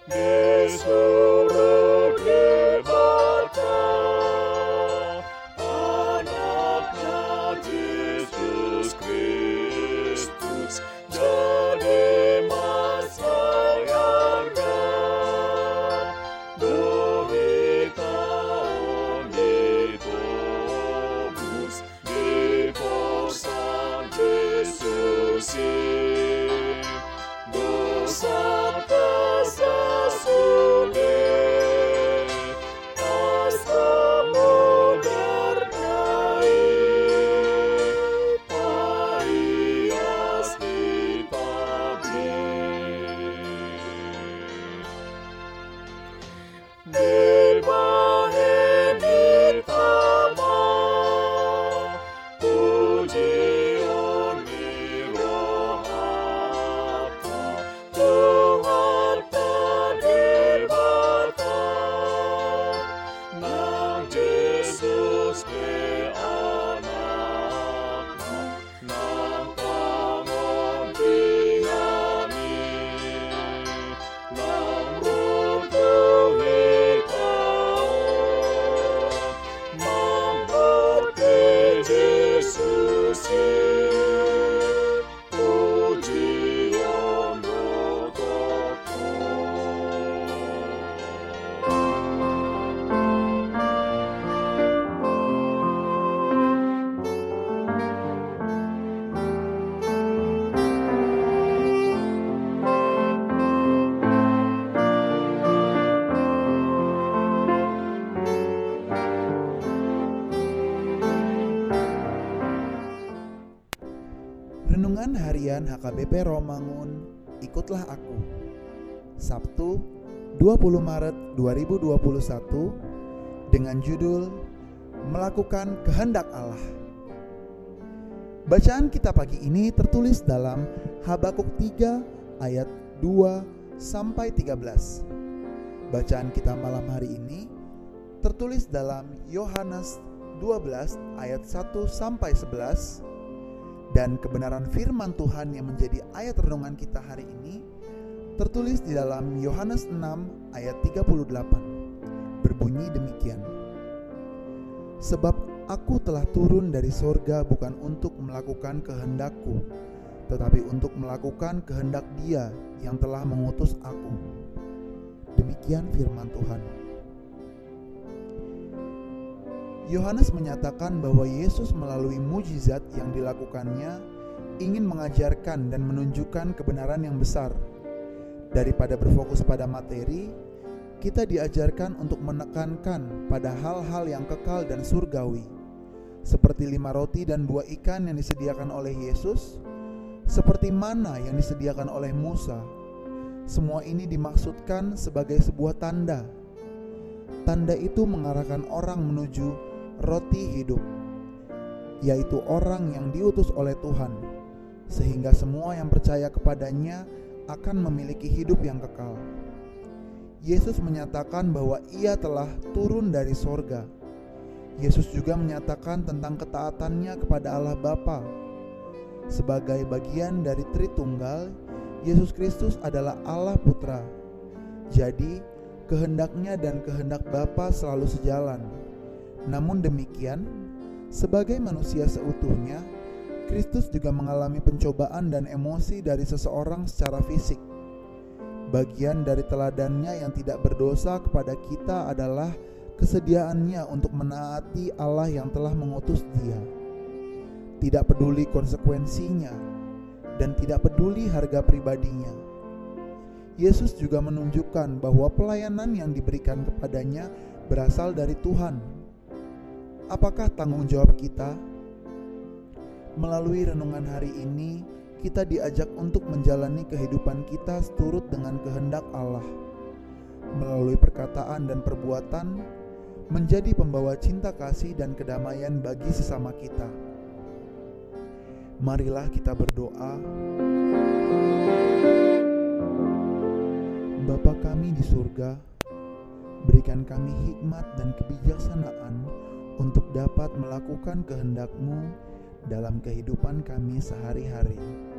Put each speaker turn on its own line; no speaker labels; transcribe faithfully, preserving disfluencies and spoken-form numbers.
disuruh diberkati anaknya Yesus Kristus jadi masyarakat berita ditebus di kosan Yesus dosa kesasulit asa modernai paias ditabir di bahini tama pujian mirohata Tuhan terlibatkan nang Yesus be anakna nang pangontingani nang rutuhi taon mamberti Yesus pujian
Renungan Harian H K B P Romangun, ikutlah aku. Sabtu, dua puluh Maret dua ribu dua puluh satu dengan judul Melakukan Kehendak Allah. Bacaan kita pagi ini tertulis dalam Habakuk tiga ayat dua sampai tiga belas. Bacaan kita malam hari ini tertulis dalam Yohanes dua belas ayat satu sampai sebelas. Dan kebenaran firman Tuhan yang menjadi ayat renungan kita hari ini tertulis di dalam Yohanes enam ayat tiga puluh delapan. Berbunyi demikian. Sebab aku telah turun dari sorga bukan untuk melakukan kehendakku, tetapi untuk melakukan kehendak Dia yang telah mengutus aku. Demikian firman Tuhan. Yohanes menyatakan bahwa Yesus melalui mujizat yang dilakukannya ingin mengajarkan dan menunjukkan kebenaran yang besar. Daripada berfokus pada materi, kita diajarkan untuk menekankan pada hal-hal yang kekal dan surgawi, seperti lima roti dan dua ikan yang disediakan oleh Yesus, seperti mana yang disediakan oleh Musa. Semua ini dimaksudkan sebagai sebuah tanda. Tanda itu mengarahkan orang menuju roti hidup, yaitu orang yang diutus oleh Tuhan, sehingga semua yang percaya kepadanya akan memiliki hidup yang kekal. Yesus menyatakan bahwa Ia telah turun dari sorga. Yesus juga menyatakan tentang ketaatannya kepada Allah Bapa. Sebagai bagian dari Tritunggal, Yesus Kristus adalah Allah Putra. Jadi, kehendaknya dan kehendak Bapa selalu sejalan. Namun demikian, sebagai manusia seutuhnya, Kristus juga mengalami pencobaan dan emosi dari seseorang secara fisik. Bagian dari teladannya yang tidak berdosa kepada kita adalah kesediaannya untuk menaati Allah yang telah mengutus Dia. Tidak peduli konsekuensinya dan tidak peduli harga pribadinya. Yesus juga menunjukkan bahwa pelayanan yang diberikan kepadanya berasal dari Tuhan. Apakah tanggung jawab kita? Melalui renungan hari ini, kita diajak untuk menjalani kehidupan kita seturut dengan kehendak Allah. Melalui perkataan dan perbuatan, menjadi pembawa cinta kasih dan kedamaian bagi sesama kita. Marilah kita berdoa. Bapa kami di surga, berikan kami hikmat dan kebijaksanaan untuk dapat melakukan kehendak-Mu dalam kehidupan kami sehari-hari.